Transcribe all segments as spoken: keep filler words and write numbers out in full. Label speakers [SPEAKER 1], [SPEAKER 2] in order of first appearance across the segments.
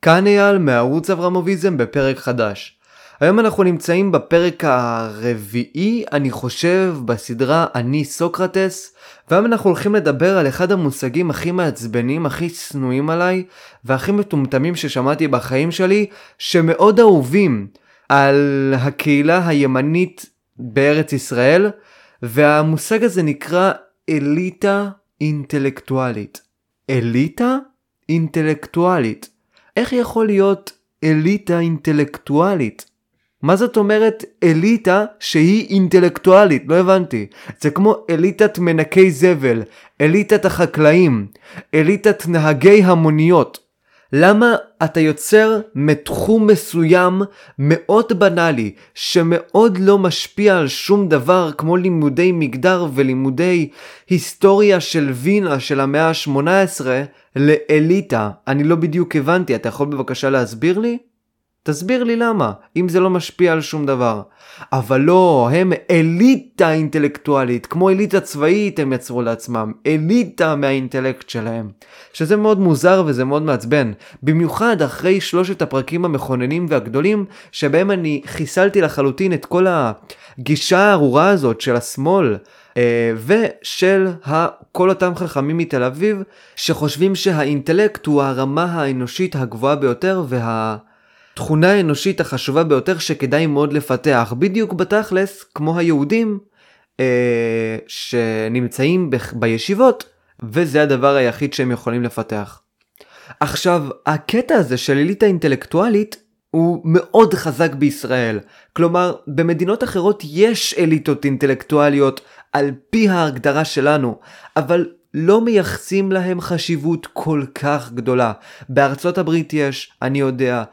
[SPEAKER 1] כאן אייל מערוץ אברמוביזם בפרק חדש. היום אנחנו נמצאים בפרק הרביעי, אני חושב, בסדרה אני סוקרטס, והיום אנחנו הולכים לדבר על אחד המושגים הכי מעצבנים, הכי שנואים עליי, והכי מטומטמים ששמעתי בחיים שלי, שמאוד אהובים על הקהילה הימנית בארץ ישראל, והמושג הזה נקרא אליטה אינטלקטואלית. אליטה אינטלקטואלית. איך יכול להיות אליטה אינטלקטואלית? מה זאת אומרת אליטה שהיא אינטלקטואלית? לא הבנתי. זה כמו אליטת מנקי זבל, אליטת החקלאים, אליטת נהגי המוניות. למה אתה יוצר מתחום מסוים מאוד בנאלי, שמאוד לא משפיע על שום דבר, כמו לימודי מגדר ולימודי היסטוריה של וינה של המאה ה-שמונה עשרה, לאליטה? אני לא בדיוק הבנתי, אתה יכול בבקשה להסביר לי? תסביר לי למה, אם זה לא משפיע על שום דבר. אבל לא, הם אליטה אינטלקטואלית, כמו אליטה צבאית הם יצרו לעצמם, אליטה מהאינטלקט שלהם. שזה מאוד מוזר וזה מאוד מעצבן, במיוחד אחרי שלושת הפרקים המכוננים והגדולים, שבהם אני חיסלתי לחלוטין את כל הגישה הארורה הזאת של השמאל, ושל כל אותם חכמים מתל אביב, שחושבים שהאינטלקט הוא הרמה האנושית הגבוהה ביותר, וה... תכונה האנושית החשובה ביותר שכדאי מאוד לפתח, בדיוק בתכלס כמו היהודים אה, שנמצאים ב- בישיבות, וזה הדבר היחיד שהם יכולים לפתח. עכשיו, הקטע הזה של אליטה אינטלקטואלית הוא מאוד חזק בישראל. כלומר, במדינות אחרות יש אליטות אינטלקטואליות על פי ההגדרה שלנו, אבל לא מייחסים להם חשיבות כל כך גדולה. בארצות הברית יש, אני יודע,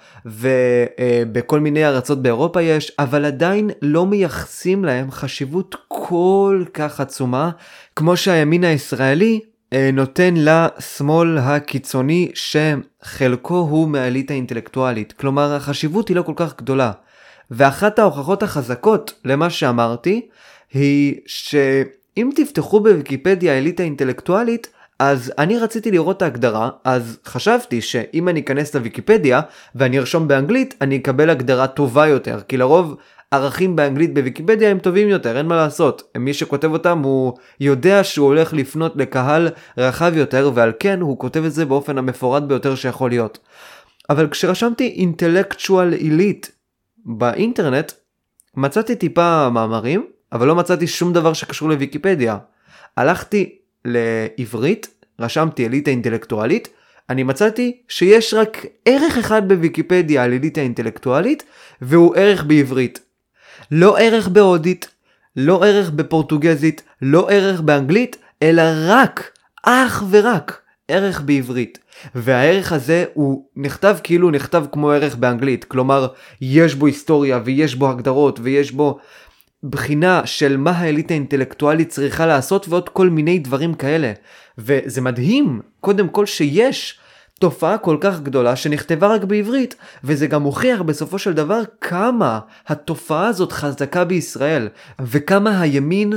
[SPEAKER 1] ובכל מיני ארצות באירופה יש, אבל עדיין לא מייחסים להם חשיבות כל כך עצומה, כמו שהימין הישראלי נותן לשמאל הקיצוני שחלקו הוא מהאליטה האינטלקטואלית. כלומר, החשיבות היא לא כל כך גדולה. ואחת ההוכחות החזקות למה שאמרתי, היא ש... אם תפתחו בוויקיפדיה אליטה אינטלקטואלית, אז אני רציתי לראות את ההגדרה, אז חשבתי שאם אני אכנס לוויקיפדיה ואני ארשום באנגלית, אני אקבל הגדרה טובה יותר, כי לרוב ערכים באנגלית בוויקיפדיה הם טובים יותר, אין מה לעשות. מי שכותב אותם הוא יודע שהוא הולך לפנות לקהל רחב יותר, ועל כן הוא כותב את זה באופן המפורט ביותר שיכול להיות. אבל כשרשמתי intellectual elite באינטרנט, מצאתי טיפה מאמרים, אבל לא מצאתי שום דבר שקשור לוויקיפדיה. הלכתי לעברית, רשמתי אליטה אינטלקטואלית, אני מצאתי שיש רק ערך אחד בוויקיפדיה על אליטה אינטלקטואלית, והוא ערך בעברית. לא ערך בהודית, לא ערך בפורטוגזית, לא ערך באנגלית, אלא רק, אך ורק, ערך בעברית. והערך הזה הוא נכתב כאילו נכתב כמו ערך באנגלית, כלומר, יש בו היסטוריה ויש בו הגדרות ויש בו בחינה של מה האליטה האינטלקטואלית צריכה לעשות ועוד כל מיני דברים כאלה. וזה מדהים, קודם כל שיש תופעה כל כך גדולה שנכתבה רק בעברית, וזה גם מוכיח בסופו של דבר כמה התופעה הזאת חזקה בישראל, וכמה הימין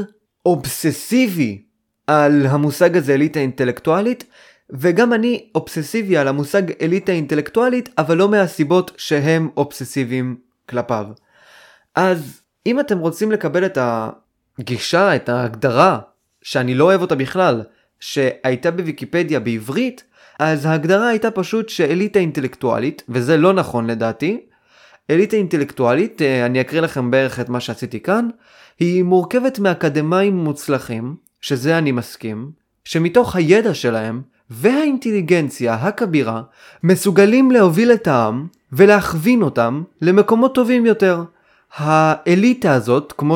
[SPEAKER 1] אובססיבי על המושג הזה אליטה אינטלקטואלית, וגם אני אובססיבי על המושג אליטה אינטלקטואלית, אבל לא מהסיבות שהם אובססיביים כלפיו. אז אם אתם רוצים לקבל את הגישה, את ההגדרה, שאני לא אוהב אותה בכלל, שהייתה בוויקיפדיה בעברית, אז ההגדרה הייתה פשוט שאליטה אינטלקטואלית, וזה לא נכון לדעתי. אליטה אינטלקטואלית, אני אקריא לכם בערך את מה שעשיתי כאן, היא מורכבת מאקדמאים מוצלחים, שזה אני מסכים, שמתוך הידע שלהם והאינטליגנציה הכבירה, מסוגלים להוביל את העם ולהכווין אותם למקומות טובים יותר. האליטה הזאת, כמו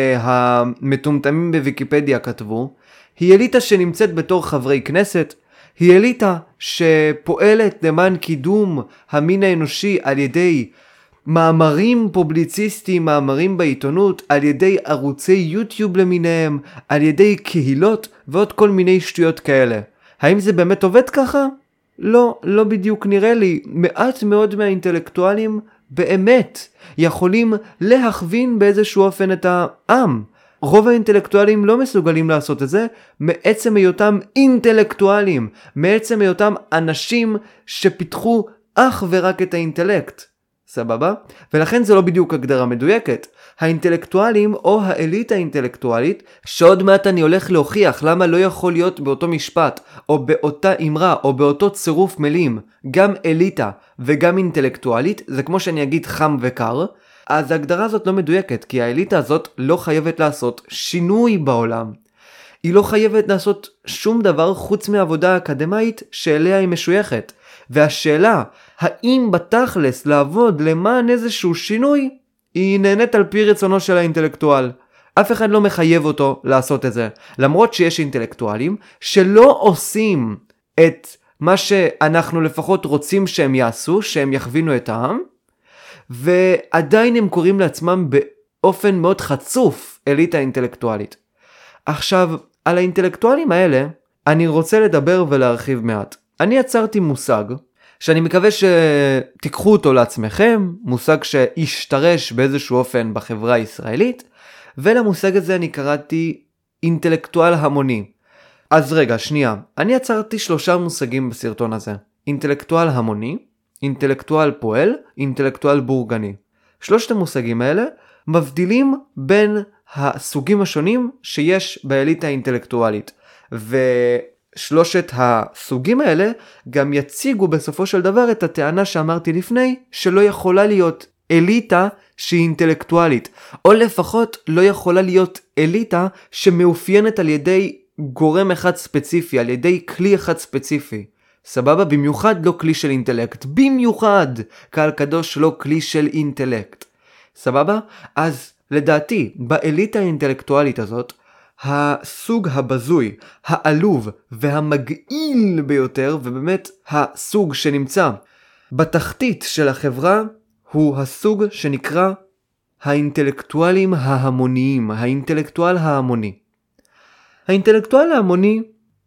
[SPEAKER 1] שהמטומטמים בוויקיפדיה כתבו, היא אליטה שנמצאת בתור חברי כנסת, היא אליטה שפועלת למען קידום המין האנושי על ידי מאמרים פובליציסטיים, מאמרים בעיתונות, על ידי ערוצי יוטיוב למיניהם, על ידי קהילות ועוד כל מיני שטויות כאלה. האם זה באמת עובד ככה? לא, לא בדיוק נראה לי. מעט מאוד מהאינטלקטואלים באמת יכולים להכווין באיזשהו אופן את העם. רוב האינטלקטואלים לא מסוגלים לעשות את זה מעצם היותם אינטלקטואלים, מעצם היותם אנשים שפיתחו אך ורק את האינטלקט. סבבה? ולכן זה לא בדיוק הגדרה מדויקת. האינטלקטואלים או האליטה האינטלקטואלית, שעוד מעט אני הולך להוכיח למה לא יכול להיות באותו משפט, או באותה אמרה, או באותו צירוף מילים, גם אליטה וגם אינטלקטואלית, זה כמו שאני אגיד חם וקר, אז ההגדרה הזאת לא מדויקת, כי האליטה הזאת לא חייבת לעשות שינוי בעולם. היא לא חייבת לעשות שום דבר חוץ מעבודה אקדמית שאליה היא משויכת. והשאלה, האם בתכלס לעבוד למען איזשהו שינוי, היא נהנית על פי רצונו של האינטלקטואל. אף אחד לא מחייב אותו לעשות את זה. למרות שיש אינטלקטואלים שלא עושים את מה שאנחנו לפחות רוצים שהם יעשו, שהם יכווינו את העם, ועדיין הם קוראים לעצמם באופן מאוד חצוף אליטה אינטלקטואלית. עכשיו, על האינטלקטואלים האלה, אני רוצה לדבר ולהרחיב מעט. אני יצרתי מושג, שאני מקווה שתיקחו אותו לעצמכם, מושג שישתרש באיזשהו אופן בחברה הישראלית, ולמושג הזה אני קראתי אינטלקטואל המוני. אז רגע, שנייה, אני יצרתי שלושה מושגים בסרטון הזה. אינטלקטואל המוני, אינטלקטואל פועל, אינטלקטואל בורגני. שלושת המושגים האלה מבדילים בין הסוגים השונים שיש באליטה האינטלקטואלית. ושלושת הסוגים האלה גם יציגו בסופו של דבר את הטענה שאמרתי לפני, שלא יכולה להיות אליטה שהיא אינטלקטואלית, או לפחות לא יכולה להיות אליטה שמאופיינת על ידי גורם אחד ספציפי, על ידי כלי אחד ספציפי. סבבה? במיוחד לא כלי של אינטלקט. במיוחד, קהל קדוש, לא כלי של אינטלקט. סבבה? אז לדעתי, באליטה האינטלקטואלית הזאת, הסוג הבזוי, העלוב והמגעיל ביותר, ובאמת הסוג שנמצא בתחתית של החברה, הוא הסוג שנקרא האינטלקטואלים ההמוניים, האינטלקטואל ההמוני. האינטלקטואל ההמוני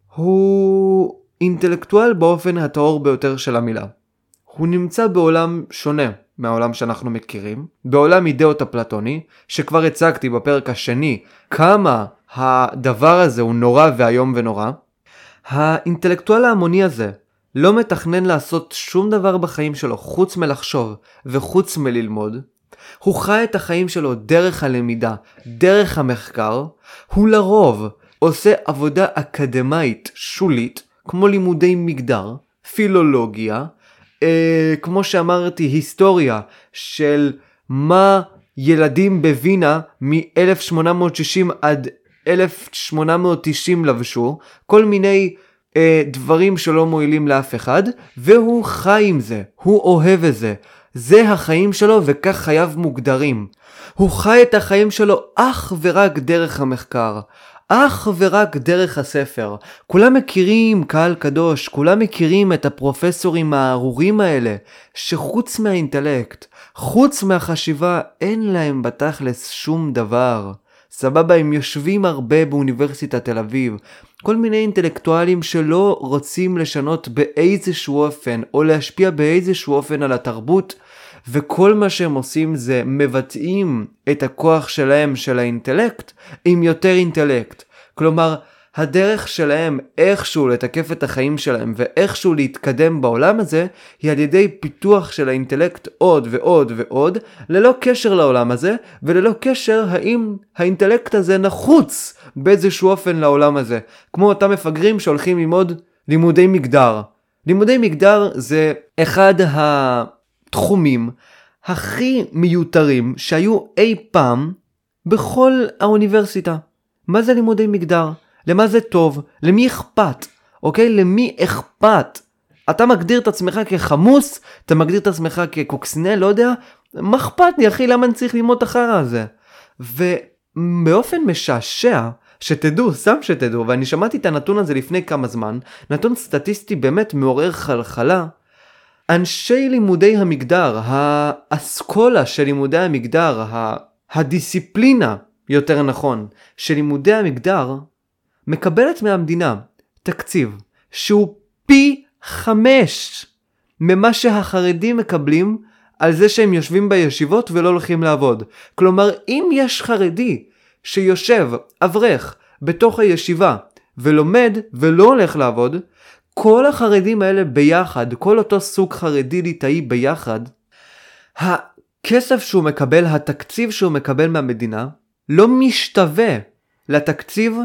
[SPEAKER 1] הוא אינטלקטואל באופן הטהור ביותר של המילה. הוא נמצא בעולם שונה מהעולם שאנחנו מכירים, בעולם אידאות הפלטוני, שכבר הצגתי בפרק השני כמה הדבר הזה הוא נורא והיום ונורא. האינטלקטואל ההמוני הזה לא מתכנן לעשות שום דבר בחיים שלו חוץ מלחשוב וחוץ מללמוד. הוא חי את החיים שלו דרך הלמידה, דרך המחקר. הוא לרוב עושה עבודה אקדמית שולית, כמו לימודי מגדר, פילולוגיה, אה, כמו שאמרתי, היסטוריה של מה ילדים בווינה מ-אלף שמונה מאות שישים עד אלף שמונה מאות תשעים לבשו, כל מיני אה, דברים שלא מועילים לאף אחד, והוא חי עם זה, הוא אוהב את זה. זה החיים שלו וכך חייו מוגדרים. הוא חי את החיים שלו אך ורק דרך המחקר, אך ורק דרך הספר. כולם מכירים, קהל קדוש, כולם מכירים את הפרופסורים הארורים האלה, שחוץ מהאינטלקט, חוץ מהחשיבה, אין להם בתכלס שום דבר. סבבה, הם יושבים הרבה באוניברסיטת תל אביב. כל מיני אינטלקטואלים שלא רוצים לשנות באיזשהו אופן, או להשפיע באיזשהו אופן על התרבות, וכל מה שהם עושים זה מבטאים את הכוח שלהם של האינטלקט עם יותר אינטלקט. כלומר, הדרך שלהם איכשהו לתקף את החיים שלהם ואיכשהו להתקדם בעולם הזה, היא על ידי פיתוח של האינטלקט עוד ועוד ועוד, ללא קשר לעולם הזה, וללא קשר האם האינטלקט הזה נחוץ באיזשהו אופן לעולם הזה. כמו אותם מפגרים שהולכים ללמוד לימודי מגדר. לימודי מגדר זה אחד התחומים הכי מיותרים שהיו אי פעם בכל האוניברסיטה. מה זה לימודי מגדר? למה זה טוב? למי אכפת? אוקיי? למי אכפת? אתה מגדיר את עצמך כחמוס? אתה מגדיר את עצמך כקוקסנל? לא יודע? מה אכפת לי, אחי? למה אני צריך ללמוד את החרא הזה? ובאופן משעשע, שתדעו, סתם שתדעו, ואני שמעתי את הנתון הזה לפני כמה זמן, נתון סטטיסטי באמת מעורר חלחלה, אנשי לימודי המגדר, האסכולה של לימודי המגדר, הדיסציפלינה, יותר נכון, של לימודי המגדר, מקבלת מהמדינה תקציב שהוא פי חמש ממה שהחרדים מקבלים על זה שהם יושבים בישיבות ולא הולכים לעבוד. כלומר, אם יש חרדי שיושב אברך בתוך הישיבה ולומד ולא הולך לעבוד, כל החרדים האלה ביחד, כל אותו סוג חרדי ליטאי ביחד, הכסף שהוא מקבל, התקציב שהוא מקבל מהמדינה, לא משתווה לתקציב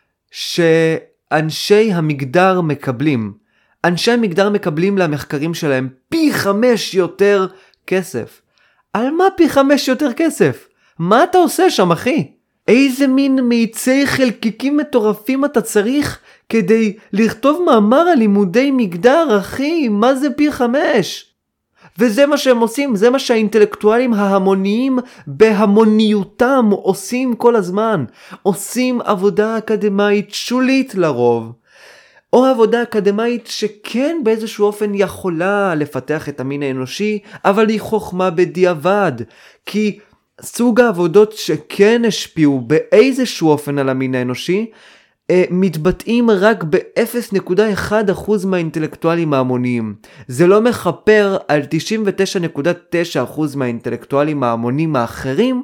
[SPEAKER 1] שאנשי המגדר מקבלים. אנשי המגדר מקבלים למחקרים שלהם פי חמש יותר כסף. על מה פי חמש יותר כסף? מה אתה עושה שם, אחי? איזה מין מאיצי חלקיקים מטורפים אתה צריך כדי לכתוב מאמר על לימודי מגדר, אחי? מה זה פי חמש? וזה מה שהם עושים, זה מה שהאינטלקטואלים ההמוניים בהמוניותם עושים כל הזמן. עושים עבודה אקדמית שולית לרוב. או עבודה אקדמית שכן באיזשהו אופן יכולה לפתח את המין האנושי, אבל היא חוכמה בדיעבד. כי סוג העבודות שכן השפיעו באיזשהו אופן על המין האנושי, מתבטאים רק ב-אפס נקודה אחת אחוז מהאינטלקטואלים ההמוניים. זה לא מחפר על תשעים ותשע נקודה תשע אחוז מהאינטלקטואלים ההמוניים האחרים,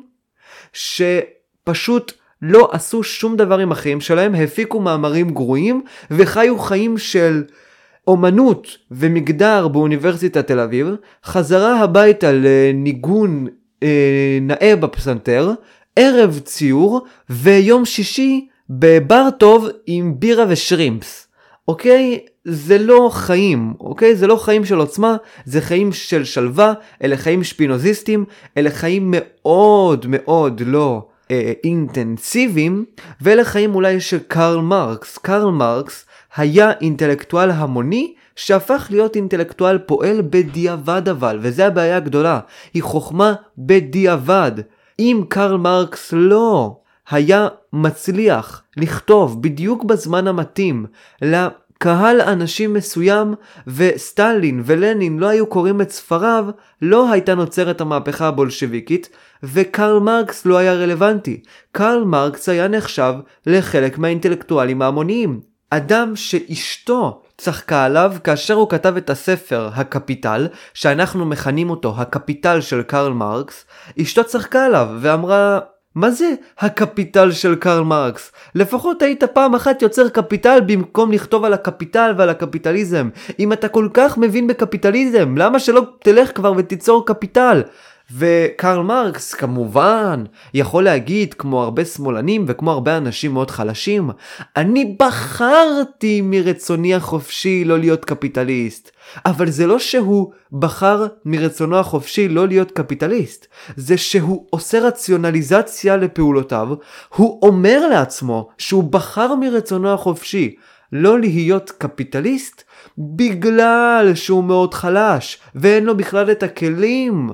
[SPEAKER 1] שפשוט לא עשו שום דבר עם החיים שלהם, הפיקו מאמרים גרועים, וחיו חיים של אומנות ומגדר באוניברסיטת תל אביב, חזרה הביתה לניגון אה, נאה בפסנתר, ערב ציור, ויום שישי בבר טוב עם בירה ושרימפס. אוקיי? זה לא חיים, אוקיי? זה לא חיים של עוצמה, זה חיים של שלווה, אלה חיים שפינוזיסטים, אלה חיים מאוד מאוד לא אה, אינטנסיביים, ואלה חיים אולי של קרל מרקס. קרל מרקס היה אינטלקטואל המוני, שהפך להיות אינטלקטואל פועל בדיעבד אבל, וזה הבעיה הגדולה, היא חוכמה בדיעבד. אם קרל מרקס לא היה מצליח לכתוב בדיוק בזמן המתאים לקהל אנשים מסוים, וסטלין ולנין לא היו קוראים את ספריו, לא הייתה נוצרת המהפכה הבולשביקית, וקרל מרקס לא היה רלוונטי. קרל מרקס היה נחשב לחלק מהאינטלקטואלים ההמוניים. אדם שאשתו צחקה עליו כאשר הוא כתב את הספר הקפיטל, שאנחנו מכנים אותו הקפיטל של קרל מרקס, אשתו צחקה עליו ואמרה, מה זה הקפיטל של קרל מרקס? לפחות היית פעם אחת יוצר קפיטל במקום לכתוב על הקפיטל ועל הקפיטליזם. אם אתה כל כך מבין בקפיטליזם, למה שלא תלך כבר ותיצור קפיטל? וקרל מרקס כמובן יכול להגיד, כמו הרבה שמאלנים וכמו הרבה אנשים מאוד חלשים, אני בחרתי מרצוני החופשי לא להיות קפיטליסט. אבל זה לא שהוא בחר מרצונו החופשי לא להיות קפיטליסט, זה שהוא עושה רציונליזציה לפעולותיו. הוא אומר לעצמו שהוא בחר מרצונו החופשי לא להיות קפיטליסט, בגלל שהוא מאוד חלש, ואין לו בכלל את הכלים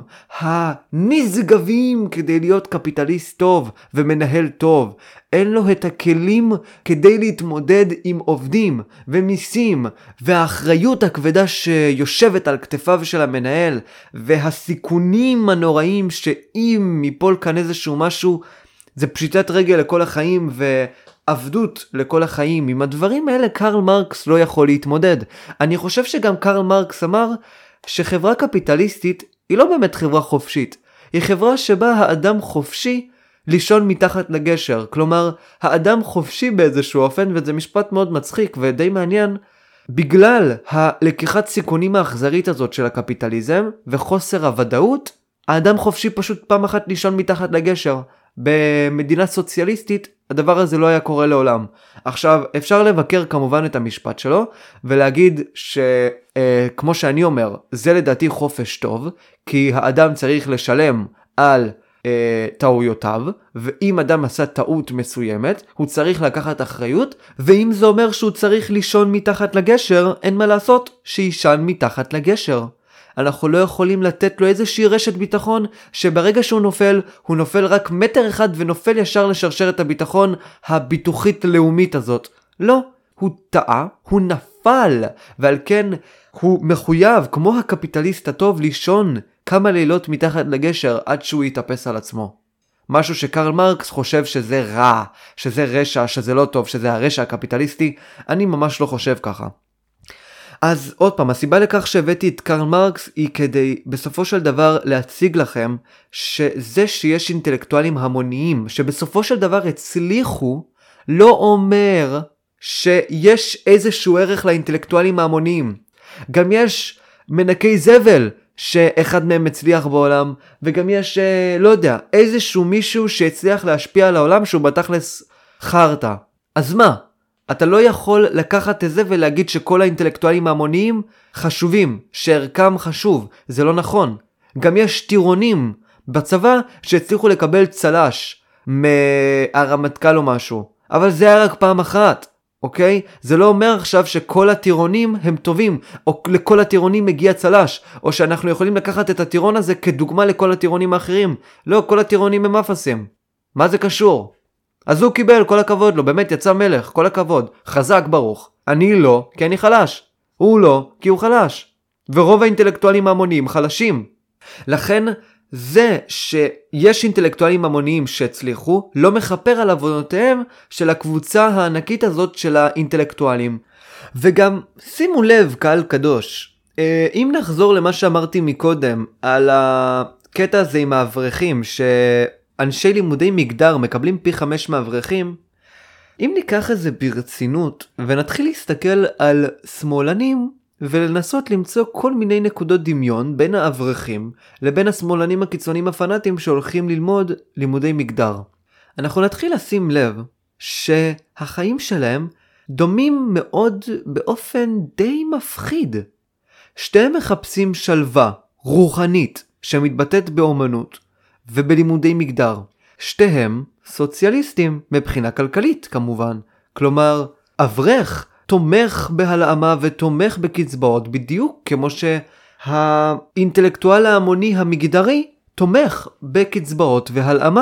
[SPEAKER 1] הנשגבים כדי להיות קפיטליסט טוב ומנהל טוב. אין לו את הכלים כדי להתמודד עם עובדים ומיסים, והאחריות הכבדה שיושבת על כתפיו של המנהל, והסיכונים הנוראים שאם מפול כאן איזשהו משהו, זה פשיטת רגל לכל החיים ו... עבדות לכל החיים. עם הדברים האלה קרל מרקס לא יכול להתמודד. אני חושב שגם קרל מרקס אמר שחברה קפיטליסטית היא לא באמת חברה חופשית. היא חברה שבה האדם חופשי לישון מתחת לגשר. כלומר, האדם חופשי באיזשהו אופן, וזה משפט מאוד מצחיק ודי מעניין, בגלל הלקיחת סיכונים האכזרית הזאת של הקפיטליזם וחוסר הוודאות, האדם חופשי פשוט פעם אחת לישון מתחת לגשר. במדינה סוציאליסטית הדבר הזה לא היה קורה לעולם. עכשיו, אפשר לבקר כמובן את המשפט שלו ולהגיד שכמו שאני אומר, זה לדעתי חופש טוב, כי האדם צריך לשלם על אה, טעויותיו, ואם אדם עשה טעות מסוימת הוא צריך לקחת אחריות, ואם זה אומר שהוא צריך לישון מתחת לגשר, אין מה לעשות, שישן מתחת לגשר. אנחנו לא יכולים לתת לו איזושהי רשת ביטחון שברגע שהוא נופל, הוא נופל רק מטר אחד ונופל ישר לשרשרת הביטחון הביטוחית לאומית הזאת. לא, הוא טעה, הוא נפל, ועל כן הוא מחויב, כמו הקפיטליסט הטוב, לישון כמה לילות מתחת לגשר עד שהוא יתאפס על עצמו. משהו שקרל מרקס חושב שזה רע, שזה רשע, שזה לא טוב, שזה הרשע הקפיטליסטי. אני ממש לא חושב ככה. אז עוד פעם, הסיבה לכך שהבאתי את קרל מרקס היא כדי בסופו של דבר להציג לכם שזה שיש אינטלקטואלים המוניים שבסופו של דבר הצליחו לא אומר שיש איזשהו ערך לאינטלקטואלים ההמוניים. גם יש מנקי זבל שאחד מהם מצליח בעולם, וגם יש, לא יודע, איזשהו מישהו שהצליח להשפיע על העולם שהוא בתכלס חרטה. אז מה? אתה לא יכול לקחת את זה ולהגיד שכל האינטלקטואלים ההמוניים חשובים, שערכם חשוב. זה לא נכון. גם יש טירונים בצבא שהצליחו לקבל צלש מהרמטכ"ל או משהו. אבל זה היה רק פעם אחת, אוקיי? זה לא אומר עכשיו שכל הטירונים הם טובים, או לכל הטירונים מגיע צלש, או שאנחנו יכולים לקחת את הטירון הזה כדוגמה לכל הטירונים האחרים. לא, כל הטירונים הם אפסים. מה זה קשור? אז הוא קיבל, כל הכבוד לו, באמת יצא מלך, כל הכבוד, חזק ברוך. אני לא, כי אני חלש. הוא לא, כי הוא חלש. ורוב האינטלקטואלים ההמוניים חלשים. לכן, זה שיש אינטלקטואלים המוניים שהצליחו, לא מחפר על עבודותיהם של הקבוצה הענקית הזאת של האינטלקטואלים. וגם, שימו לב, קהל קדוש, אם נחזור למה שאמרתי מקודם, על הקטע הזה עם האברכים, שאנשי לימודי מגדר מקבלים פי חמש מאברכים, אם ניקח את זה ברצינות, ונתחיל להסתכל על שמאלנים, ולנסות למצוא כל מיני נקודות דמיון בין האברכים לבין השמאלנים הקיצוניים הפנאטיים שהולכים ללמוד לימודי מגדר. אנחנו נתחיל לשים לב שהחיים שלהם דומים מאוד באופן די מפחיד. שתיהם מחפשים שלווה רוחנית שמתבטאת באומנות ובלימודי מגדר. שתיהם סוציאליסטים מבחינה כלכלית כמובן. כלומר, אברך תומך בהלאמה ותומך בקצבאות, בדיוק כמו שהאינטלקטואל ההמוני המגדרי תומך בקצבאות והלאמה.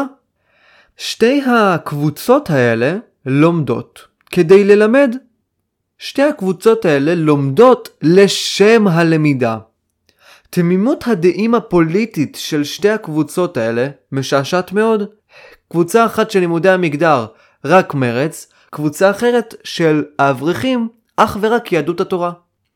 [SPEAKER 1] שתי הקבוצות האלה לומדות כדי ללמד. שתי הקבוצות האלה לומדות לשם הלמידה. תמימות הדעים הפוליטית של שתי הקבוצות האלה משעשעת מאוד. קבוצה אחת של לימודי המגדר, רק מרץ, קבוצה אחרת של האברכים, אך ורק יהדות התורה.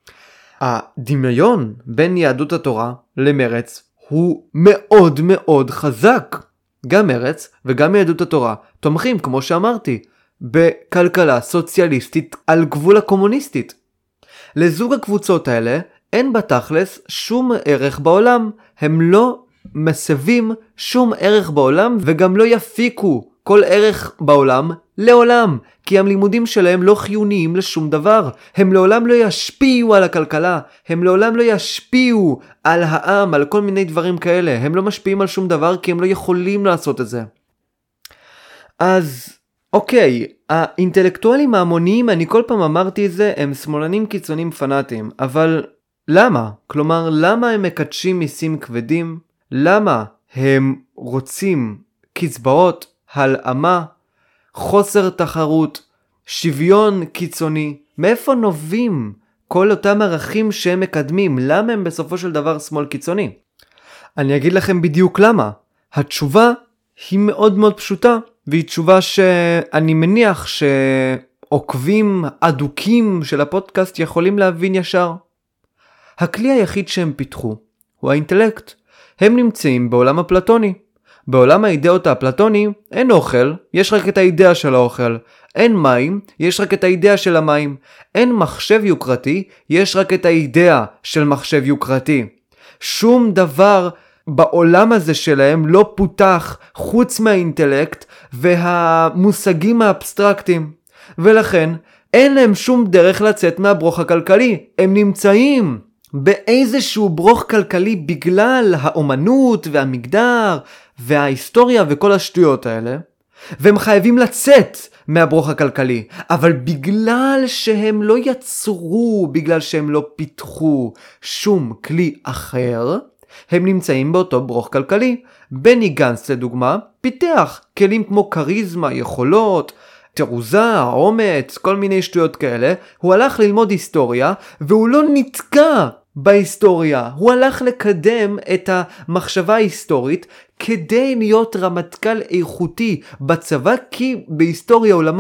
[SPEAKER 1] הדמיון בין יהדות התורה למרץ הוא מאוד מאוד חזק. גם מרץ וגם יהדות התורה תומכים, כמו שאמרתי, בכלכלה סוציאליסטית על גבול הקומוניסטית. לזוג הקבוצות האלה אין בתכלס שום ערך בעולם. הם לא מסבים שום ערך בעולם וגם לא יפיקו כל ערך בעולם לעולם, כי הלימודים שלהם לא חיוניים לשום דבר. הם לעולם לא ישפיעו על הכלכלה, הם לעולם לא ישפיעו על העם, על כל מיני דברים כאלה. הם לא משפיעים על שום דבר כי הם לא יכולים לעשות את זה. אז אוקיי, האינטלקטואלים ההמוניים, אני כל פעם אמרתי את זה, הם שמאלנים קיצוניים פנאטיים, אבל למה? כלומר, למה הם מקדשים מיסים כבדים? למה הם רוצים קצבאות, הלאמה, חוסר תחרות, שוויון קיצוני? מאיפה נובעים כל אותם ערכים שהם מקדמים? למה הם בסופו של דבר שמאל קיצוני? אני אגיד לכם בדיוק למה. התשובה היא מאוד מאוד פשוטה, והיא תשובה שאני מניח שעוקבים אדוקים של הפודקאסט יכולים להבין ישר. הכלי היחיד שהם פיתחו הוא האינטלקט. הם נמצאים בעולם הפלטוני. בעולם האידאות האפלטוני אין אוכל, יש רק את האידאה של האוכל. אין מים, יש רק את האידאה של המים. אין מחשב יוקרתי, יש רק את האידאה של מחשב יוקרתי. שום דבר בעולם הזה שלהם לא פותח חוץ מהאינטלקט והמושגים האבסטרקטיים. ולכן אין להם שום דרך לצאת מהברוך הכלכלי. הם נמצאים באיזשהו ברוך כלכלי בגלל האומנות והמגדר וההיסטוריה וכל השטויות האלה, והם חייבים לצאת מהברוך הכלכלי. אבל בגלל שהם לא יצרו, בגלל שהם לא פיתחו שום כלי אחר, הם נמצאים באותו ברוך כלכלי. בני גנץ לדוגמה פיתח כלים כמו קריזמה, יכולות, תרוזה, אומץ, כל מיני שטויות כאלה. הוא הלך ללמוד היסטוריה והוא לא נתקע בהיסטוריה. הוא הלך לקדם את המחשבה ההיסטורית כדי להיות רמטכ"ל איכותי בצבא, כי בהיסטוריה הוא למד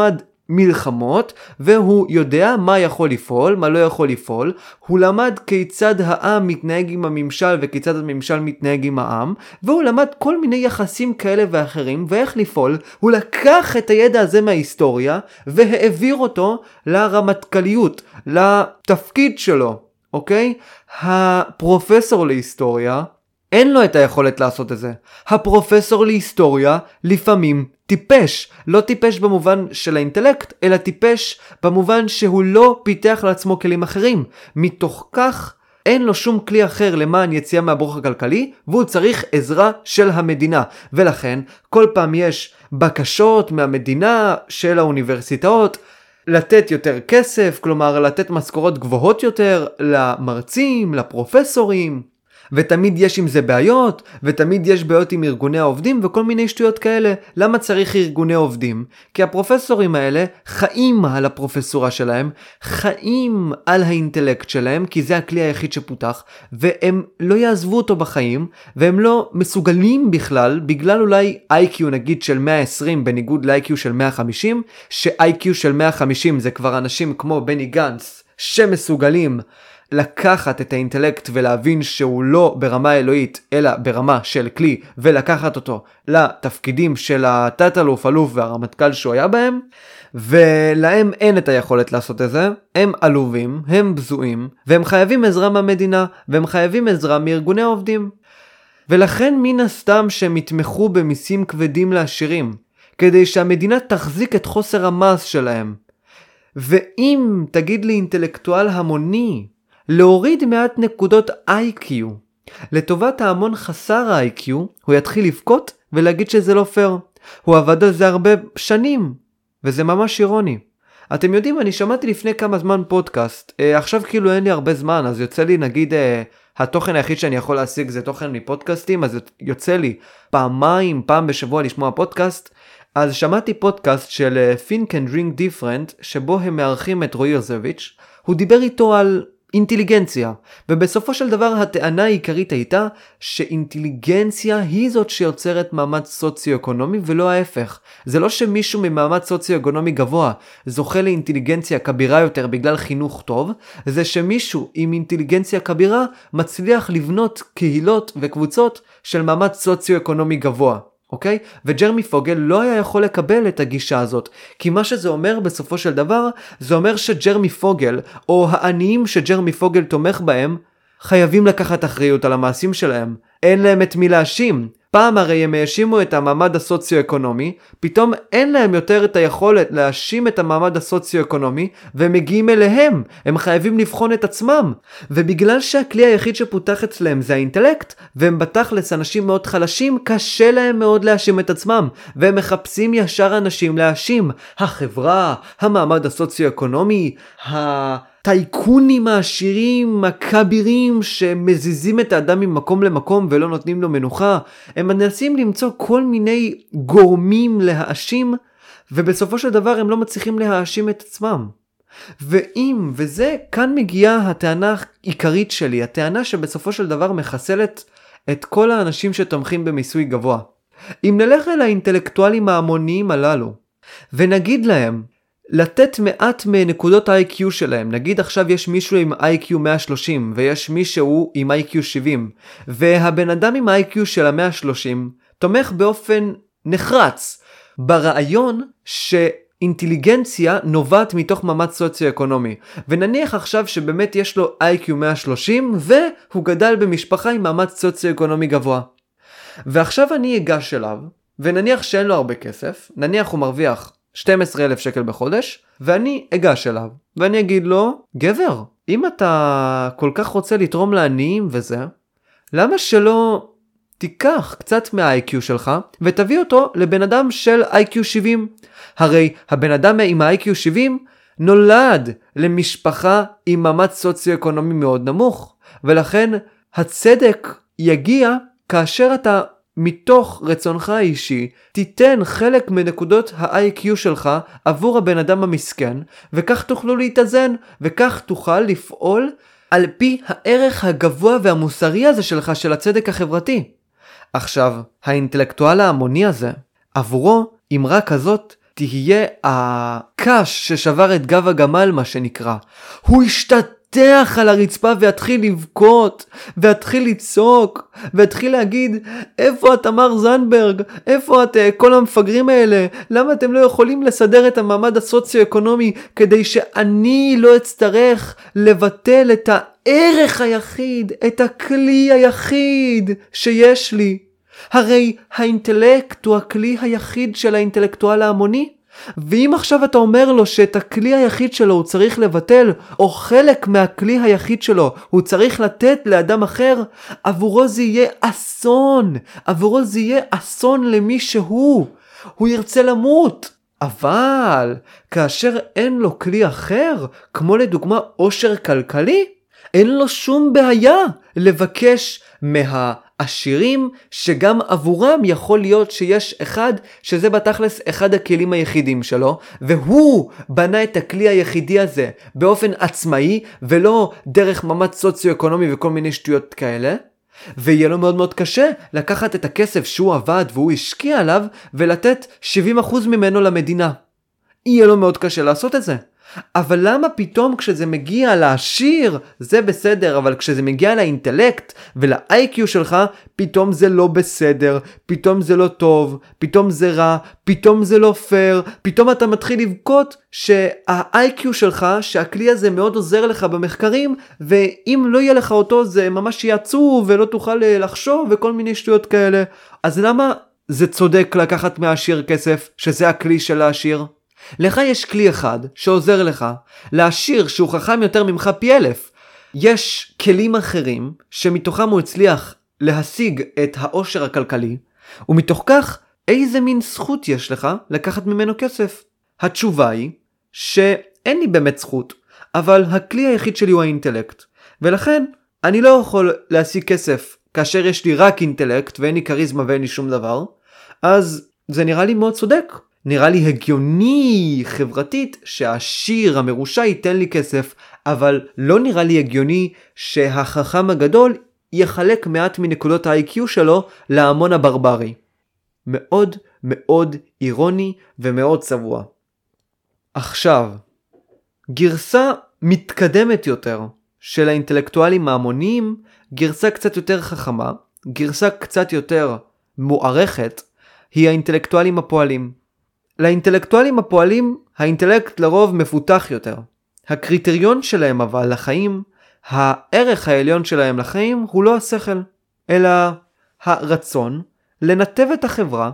[SPEAKER 1] מלחמות, והוא יודע מה יכול לפעול, מה לא יכול לפעול. הוא למד כיצד העם מתנהג עם הממשל וכיצד הממשל מתנהג עם העם, והוא למד כל מיני יחסים כאלה ואחרים ואיך לפעול. הוא לקח את הידע הזה מההיסטוריה והעביר אותו לרמטכ"ליות, לתפקיד שלו, אוקיי? הפרופסור להיסטוריה אין לו את היכולת לעשות את זה. הפרופסור להיסטוריה לפעמים טיפש. לא טיפש במובן של האינטלקט, אלא טיפש במובן שהוא לא פיתח לעצמו כלים אחרים. מתוך כך אין לו שום כלי אחר למען יציאה מהברוך הכלכלי, והוא צריך עזרה של המדינה. ולכן כל פעם יש בקשות מהמדינה של האוניברסיטאות לתת יותר כסף, כלומר לתת משכורות גבוהות יותר למרצים, לפרופסורים. ותמיד יש עם זה בעיות, ותמיד יש בעיות עם ארגוני העובדים וכל מיני שטויות כאלה. למה צריך ארגוני עובדים? כי הפרופסורים האלה חיים על הפרופסורה שלהם, חיים על האינטלקט שלהם, כי זה הכלי היחיד שפותח, והם לא יעזבו אותו בחיים, והם לא מסוגלים בכלל, בגלל אולי איי קיו נגיד של מאה ועשרים בניגוד ל-איי קיו של מאה וחמישים, ש-איי קיו של מאה וחמישים זה כבר אנשים כמו בני גנץ, שמסוגלים לקחת את האינטלקט ולהבין שהוא לא ברמה אלוהית אלא ברמה של כלי, ולקחת אותו לתפקידים של התת אלוף, אלוף והרמטכ"ל שהוא היה בהם, ולהם אין את היכולת לעשות את זה. הם עלובים, הם בזויים, והם חייבים עזרה מהמדינה, והם חייבים עזרה מארגוני העובדים. ולכן מן הסתם שהם יתמכו במיסים כבדים לעשירים, כדי שהמדינה תחזיק את חוסר המס שלהם. ואם תגיד לי אינטלקטואל המוני להוריד מעט נקודות איי קיו לטובת ההמון חסר ה-איי קיו, הוא יתחיל לבכות ולהגיד שזה לא פייר. הוא עבד על זה הרבה שנים, וזה ממש אירוני. אתם יודעים, אני שמעתי לפני כמה זמן פודקאסט, אה, עכשיו כאילו אין לי הרבה זמן, אז יוצא לי נגיד, אה, התוכן היחיד שאני יכול להשיג זה תוכן מפודקאסטים, אז יוצא לי פעמיים, פעם בשבוע לשמוע פודקאסט. אז שמעתי פודקאסט של uh, Think and Drink Different, שבו הם מארחים את רועי יוזביץ'. הוא דיבר איתו על אינטליגנציה, ובסופו של דבר הטענה העיקרית הייתה שאינטליגנציה היא זאת שיוצרת מעמד סוציו-אקונומי ולא ההפך. זה לא שמישהו ממעמד סוציו-אקונומי גבוה זוכה לאינטליגנציה כבירה יותר בגלל חינוך טוב, זה שמישהו עם אינטליגנציה כבירה מצליח לבנות קהילות וקבוצות של מעמד סוציו-אקונומי גבוה. אוקיי? וג'רמי פוגל לא היה יכול לקבל את הגישה הזאת, כי מה שזה אומר בסופו של דבר, זה אומר שג'רמי פוגל, או העניים שג'רמי פוגל תומך בהם, חייבים לקחת אחריות על המעשים שלהם. אין להם את מי להאשים. פעם הרי הם האשימו את המעמד הסוציו-אקונומי, פתאום אין להם יותר את היכולת להאשים את המעמד הסוציו-אקונומי, והם מגיעים אליהם. הם חייבים לבחון את עצמם. ובגלל שהכלי היחיד שפותח אצלם זה האינטלקט, והם בתכלס אנשים מאוד חלשים, קשה להם מאוד להאשים את עצמם, והם מחפשים ישר אנשים להאשים. החברה, המעמד הסוציו-אקונומי, ה... טייקונים העשירים, הכבירים שמזיזים את האדם ממקום למקום ולא נותנים לו מנוחה. הם מנסים למצוא כל מיני גורמים להאשים, ובסופו של דבר הם לא מצליחים להאשים את עצמם. ואם, וזה כאן מגיעה הטענה העיקרית שלי, הטענה שבסופו של דבר מחסלת את כל האנשים שתומכים במיסוי גבוה. אם נלך אל האינטלקטואלים ההמוניים הללו, ונגיד להם, לתת מעט מנקודות ה-איי קיו שלהם. נגיד עכשיו יש מישהו עם איי קיו מאה ושלושים ויש מישהו עם איי קיו שבעים, והבן אדם עם ה-איי קיו של ה-מאה ושלושים תומך באופן נחרץ ברעיון שאינטליגנציה נובעת מתוך מעמד סוציו-אקונומי, ונניח עכשיו שבאמת יש לו איי קיו מאה ושלושים והוא גדל במשפחה עם מעמד סוציו-אקונומי גבוה, ועכשיו אני אגש אליו ונניח שאין לו הרבה כסף, נניח הוא מרוויח שנים עשר אלף שקל בחודש, ואני אגש אליו, ואני אגיד לו, גבר, אם אתה כל כך רוצה לתרום לעניים וזה, למה שלא תיקח קצת מה-איי קיו שלך, ותביא אותו לבן אדם של איי קיו שבעים? הרי הבן אדם עם ה-איי קיו שבעים נולד למשפחה עם מעמד סוציו-אקונומי מאוד נמוך, ולכן הצדק יגיע כאשר אתה מתוך רצונך האישי תיתן חלק מנקודות ה-איי קיו שלך עבור הבן אדם המסכן, וכך תוכלו להתאזן, וכך תוכל לפעול על פי הערך הגבוה והמוסרי הזה שלך של הצדק החברתי. עכשיו, האינטלקטואל ההמוני הזה, עבורו אמרה כזאת תהיה הקש ששבר את גב הגמל, מה שנקרא. הוא ישתתח על הרצפה ויתחיל לבכות, ויתחיל לצעוק, ויתחיל להגיד, איפה את תמר זנדברג? איפה את כל המפגרים האלה? למה אתם לא יכולים לסדר את המעמד הסוציו-אקונומי כדי שאני לא אצטרך לבטל את הערך היחיד, את הכלי היחיד שיש לי? הרי האינטלקט הוא הכלי היחיד של האינטלקטואל ההמוני, ואם עכשיו אתה אומר לו שאת הכלי היחיד שלו הוא צריך לבטל, או חלק מהכלי היחיד שלו הוא צריך לתת לאדם אחר, עבורו זה יהיה אסון, עבורו זה יהיה אסון למי שהוא, הוא ירצה למות. אבל כאשר אין לו כלי אחר, כמו לדוגמה עושר כלכלי, אין לו שום בעיה לבקש מהעשירים שגם עבורם יכול להיות שיש אחד שזה בתכלס אחד הכלים היחידים שלו, והוא בנה את הכלי היחידי הזה באופן עצמאי ולא דרך מעמד סוציו-אקונומי וכל מיני שטויות כאלה, ויהיה לו מאוד מאוד קשה לקחת את הכסף שהוא עבד והוא השקיע עליו ולתת שבעים אחוז ממנו למדינה. יהיה לו מאוד קשה לעשות את זה. אבל למה פתאום כשזה מגיע לעשיר זה בסדר, אבל כשזה מגיע לאינטלקט ול-איי קיו שלך פתאום זה לא בסדר, פתאום זה לא טוב, פתאום זה רע, פתאום זה לא פייר, פתאום אתה מתחיל לבכות שה-איי קיו שלך, שהכלי הזה מאוד עוזר לך במחקרים, ואם לא יהיה לך אותו זה ממש יעצוב ולא תוכל לחשוב וכל מיני שטויות כאלה. אז למה זה צודק לקחת מהעשיר כסף שזה הכלי של העשיר? לך יש כלי אחד שעוזר לך, לעשיר שהוא חכם יותר ממך פי אלף. יש כלים אחרים שמתוכם הוא הצליח להשיג את העושר הכלכלי, ומתוך כך איזה מין זכות יש לך לקחת ממנו כסף? התשובה היא שאין לי באמת זכות, אבל הכלי היחיד שלי הוא האינטלקט, ולכן אני לא יכול להשיג כסף כאשר יש לי רק אינטלקט ואין לי קריזמה ואין לי שום דבר, אז זה נראה לי מאוד צודק. נראה לי הגיוני חברתית שהעשיר המרושע ייתן לי כסף, אבל לא נראה לי הגיוני שהחכם הגדול יחלק מעט מנקודות ה-איי קיו שלו להמון הברברי. מאוד מאוד אירוני ומאוד צבוע. עכשיו, גרסה מתקדמת יותר של האינטלקטואלים ההמוניים, גרסה קצת יותר חכמה, גרסה קצת יותר מוערכת, היא האינטלקטואלים הפועלים. לאינטלקטואלים הפועלים, האינטלקט לרוב מפותח יותר. הקריטריון שלהם אבל לחיים, הערך העליון שלהם לחיים הוא לא השכל, אלא הרצון לנתב את החברה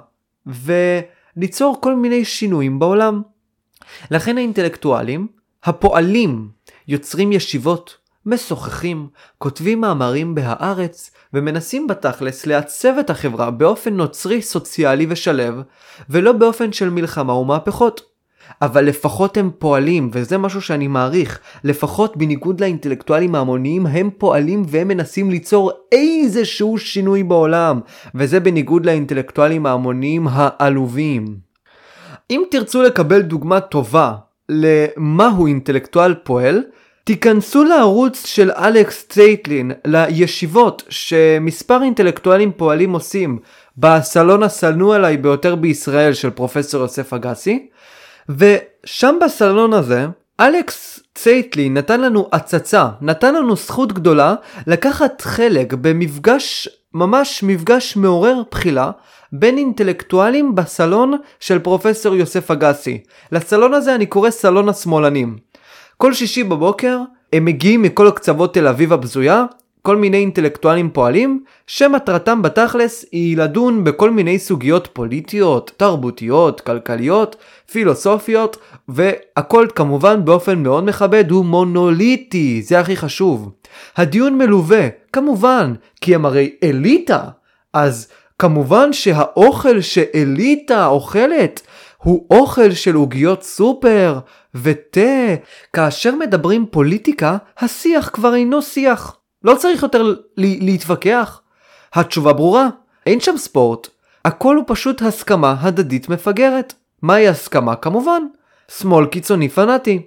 [SPEAKER 1] וליצור כל מיני שינויים בעולם. לכן האינטלקטואלים, הפועלים, יוצרים ישיבות, משוחחים, כותבים מאמרים בהארץ, ומנסים בתכלס לעצב את החברה באופן נוצרי, סוציאלי ושלב, ולא באופן של מלחמה ומהפכות. אבל לפחות הם פועלים, וזה משהו שאני מעריך, לפחות בניגוד לאינטלקטואלים ההמוניים, הם פועלים והם מנסים ליצור איזשהו שינוי בעולם, וזה בניגוד לאינטלקטואלים ההמוניים העלובים. אם תרצו לקבל דוגמה טובה למהו אינטלקטואל פועל, תיכנסו לערוץ של אלכס צייטלין, לישיבות שמספר אינטלקטואלים פועלים עושים בסלון השנוא עליי ביותר בישראל של פרופסור יוסף אגסי, ושם בסלון הזה אלכס צייטלין נתן לנו הצצה, נתן לנו זכות גדולה לקחת חלק במפגש, ממש מפגש מעורר בחילה, בין אינטלקטואלים בסלון של פרופסור יוסף אגסי. לסלון הזה אני קורא סלון השמאלנים. כל שישי בבוקר הם מגיעים מכל הקצוות תל אביב הבזויה, כל מיני אינטלקטואלים פועלים, שמטרתם בתכלס היא לדון בכל מיני סוגיות פוליטיות, תרבותיות, כלכליות, פילוסופיות, והכל כמובן באופן מאוד מכבד ומונוליטי, זה הכי חשוב. הדיון מלווה, כמובן, כי הם הרי אליטה, אז כמובן שהאוכל שאליטה אוכלת הוא אוכל של עוגיות סופר ותה. כאשר מדברים פוליטיקה, השיח כבר אינו שיח. לא צריך יותר להתווכח. התשובה ברורה, אין שם ספורט. הכל הוא פשוט הסכמה הדדית מפגרת. מהי הסכמה? כמובן, שמאל קיצוני פנאטי.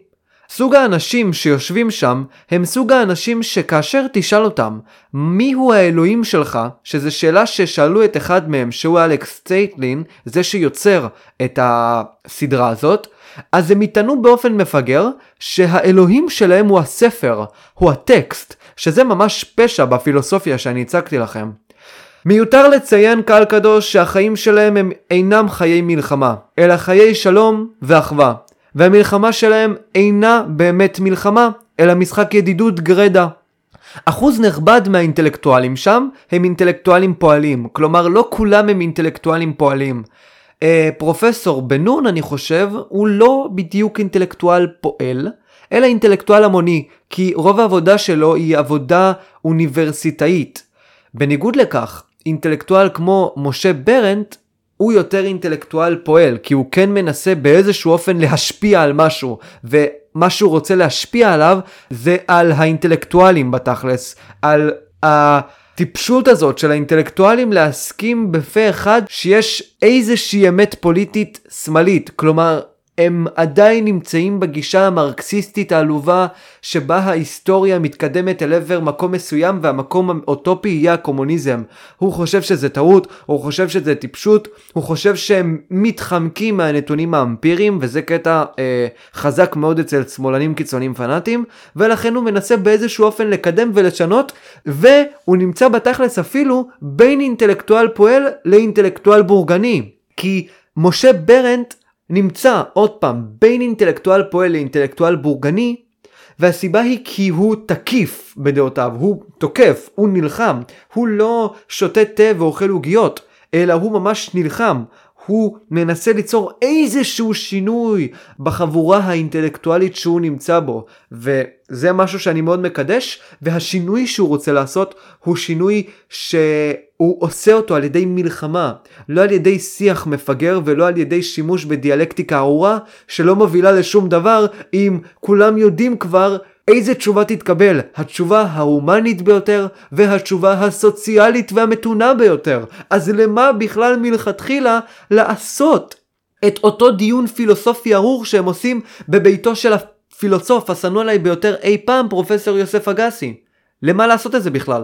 [SPEAKER 1] סוג האנשים שיושבים שם הם סוג האנשים שכאשר תשאל אותם מי הוא האלוהים שלך, שזו שאלה ששאלו את אחד מהם שהוא אלכס צייטלין, זה שיוצר את הסדרה הזאת, אז הם יתנו באופן מפגר שהאלוהים שלהם הוא הספר, הוא הטקסט, שזה ממש פשע בפילוסופיה שאני הצגתי לכם. מיותר לציין קהל קדוש שהחיים שלהם הם אינם חיי מלחמה, אלא חיי שלום ואחווה. והמלחמה שלהם אינה באמת מלחמה, אלא משחק ידידות גרדה. אחוז נכבד מהאינטלקטואלים שם הם אינטלקטואלים פועלים, כלומר לא כולם הם אינטלקטואלים פועלים. אה, פרופסור בנון אני חושב הוא לא בדיוק אינטלקטואל פועל, אלא אינטלקטואל המוני, כי רוב העבודה שלו היא עבודה אוניברסיטאית. בניגוד לכך, אינטלקטואל כמו משה ברנט הוא יותר אינטלקטואל פועל, כי הוא כן מנסה באיזשהו אופן להשפיע על משהו, ומה שהוא רוצה להשפיע עליו זה על האינטלקטואלים בתכלס, על הטיפשות הזאת של האינטלקטואלים להסכים בפה אחד שיש איזושהי אמת פוליטית שמאלית, כלומר הם עדיין נמצאים בגישה המרקסיסטית העלובה שבה ההיסטוריה מתקדמת אל עבר מקום מסוים והמקום האוטופי יהיה הקומוניזם. הוא חושב שזה טעות, הוא חושב שזה טיפשות, הוא חושב שהם מתחמקים מהנתונים האמפיריים, וזה קטע אה, חזק מאוד אצל שמאלנים קיצוניים פנאטים, ולכן הוא מנסה באיזשהו אופן לקדם ולשנות, והוא נמצא בתכלס אפילו בין אינטלקטואל פועל לאינטלקטואל בורגני. כי משה ברנט נמצא עוד פעם בין אינטלקטואל פועל לאינטלקטואל בורגני, והסיבה היא כי הוא תקיף בדעותיו, הוא תוקף, הוא נלחם, הוא לא שותה תה ואוכל עוגיות, אלא הוא ממש נלחם, הוא מנסה ליצור איזשהו שינוי בחבורה האינטלקטואלית שהוא נמצא בו, וזה משהו שאני מאוד מקדש, והשינוי שהוא רוצה לעשות הוא שינוי שהוא עושה אותו על ידי מלחמה, לא על ידי שיח מפגר ולא על ידי שימוש בדיאלקטיקה ארורה שלא מובילה לשום דבר, אם כולם יודעים כבר איזה תשובה תתקבל, התשובה ההומנית ביותר והתשובה הסוציאלית והמתונה ביותר. אז למה בכלל מלכתחילה לעשות את אותו דיון פילוסופי ארור שהם עושים בביתו של הפילוסוף השנוא עליי ביותר אי פעם, פרופסור יוסף אגסי? למה לעשות את זה בכלל?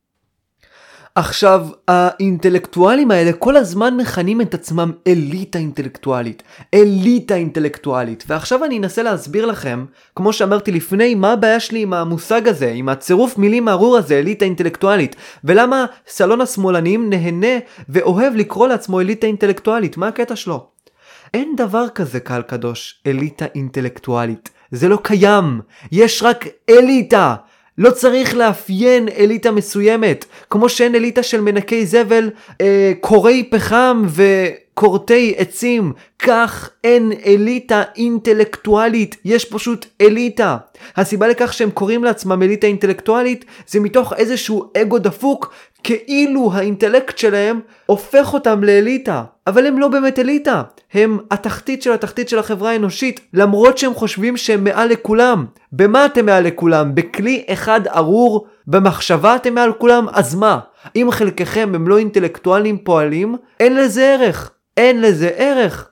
[SPEAKER 1] עכשיו, האינטלקטואלים האלה כל הזמן מכנים את עצמם אליטה אינטלקטואלית, אליטה אינטלקטואלית, ועכשיו אני אנסה להסביר לכם, כמו שאמרתי לפני, מה הבעיה שלי עם המושג הזה, עם הצירוף מילים הארור הזה, אליטה אינטלקטואלית, ולמה סלון השמאלנים נהנה ואוהב לקרוא לעצמו אליטה אינטלקטואלית, מה הקטע שלו? אין דבר כזה קהל קדוש, אליטה אינטלקטואלית, זה לא קיים, יש רק אליטה. לא צריך לאפיין אליטה מסוימת, כמו שאין אליטה של מנקי זבל, אה, קורי פחם וקורטי עצים, כך אין אליטה אינטלקטואלית, יש פשוט אליטה. הסיבה לכך שהם קוראים לעצמם אליטה אינטלקטואלית, זה מתוך איזשהו אגו דפוק, כאילו האינטלקט שלהם הופך אותם לאליטה, אבל הם לא באמת אליטה, הם התחתית של התחתית של החברה האנושית, למרות שהם חושבים שהם מעל לכולם. במה אתם מעל לכולם? בכלי אחד ארור? במחשבה אתם מעל כולם? אז מה? אם חלקכם הם לא אינטלקטואלים פועלים, אין לזה ערך, אין לזה ערך.